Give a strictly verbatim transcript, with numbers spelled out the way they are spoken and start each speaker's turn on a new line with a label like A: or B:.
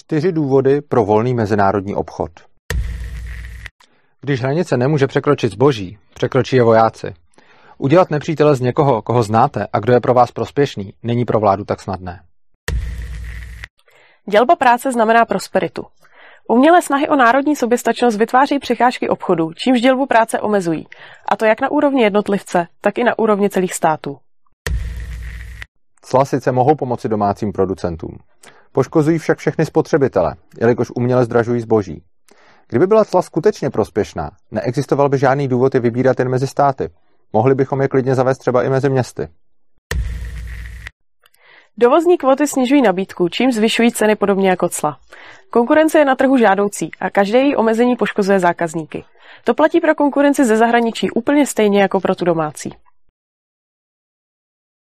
A: Čtyři důvody pro volný mezinárodní obchod. Když hranice nemůže překročit zboží, překročí je vojáci. Udělat nepřítele z někoho, koho znáte a kdo je pro vás prospěšný, není pro vládu tak snadné.
B: Dělba práce znamená prosperitu. Umělé snahy o národní soběstačnost vytváří překážky obchodu, čímž dělbu práce omezují, a to jak na úrovni jednotlivce, tak i na úrovni celých států.
A: Cla sice mohou pomoci domácím producentům. Poškozují však všechny spotřebitele, jelikož uměle zdražují zboží. Kdyby byla cla skutečně prospěšná, neexistoval by žádný důvod je vybírat jen mezi státy. Mohli bychom je klidně zavést třeba i mezi městy.
B: Dovozní kvóty snižují nabídku, čím zvyšují ceny podobně jako cla. Konkurence je na trhu žádoucí a každé její omezení poškozuje zákazníky. To platí pro konkurenci ze zahraničí úplně stejně jako pro tu domácí.